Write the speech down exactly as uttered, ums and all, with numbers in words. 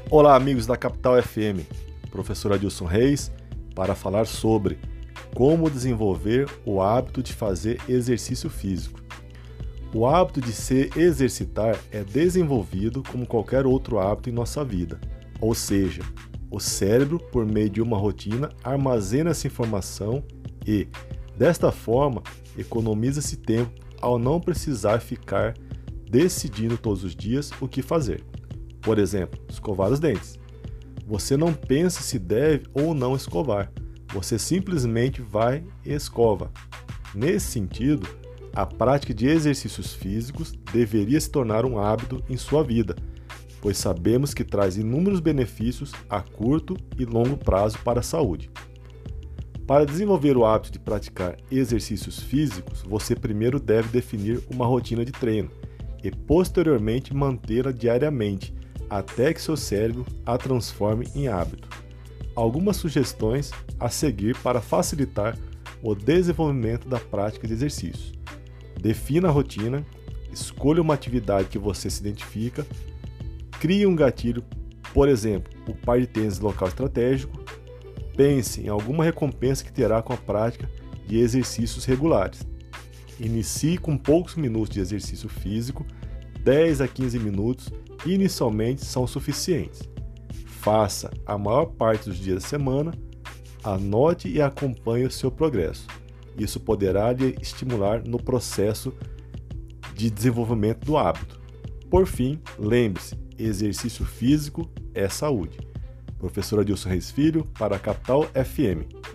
Olá, amigos da Capital F M, professor Adilson Reis, para falar sobre como desenvolver o hábito de fazer exercício físico. O hábito de se exercitar é desenvolvido como qualquer outro hábito em nossa vida, ou seja, o cérebro, por meio de uma rotina, armazena essa informação e, desta forma, economiza-se tempo ao não precisar ficar decidindo todos os dias o que fazer. Por exemplo, escovar os dentes. Você não pensa se deve ou não escovar, você simplesmente vai e escova. Nesse sentido, a prática de exercícios físicos deveria se tornar um hábito em sua vida, pois sabemos que traz inúmeros benefícios a curto e longo prazo para a saúde. Para desenvolver o hábito de praticar exercícios físicos, você primeiro deve definir uma rotina de treino e posteriormente mantê-la diariamente, até que seu cérebro a transforme em hábito. Algumas sugestões a seguir para facilitar o desenvolvimento da prática de exercícios. Defina a rotina, escolha uma atividade que você se identifica, crie um gatilho, por exemplo, o par de tênis local estratégico, pense em alguma recompensa que terá com a prática de exercícios regulares. Inicie com poucos minutos de exercício físico, dez a quinze minutos inicialmente são suficientes. Faça a maior parte dos dias da semana, anote e acompanhe o seu progresso. Isso poderá lhe estimular no processo de desenvolvimento do hábito. Por fim, lembre-se, exercício físico é saúde. Professor Adilson Reis Filho, para a Capital F M.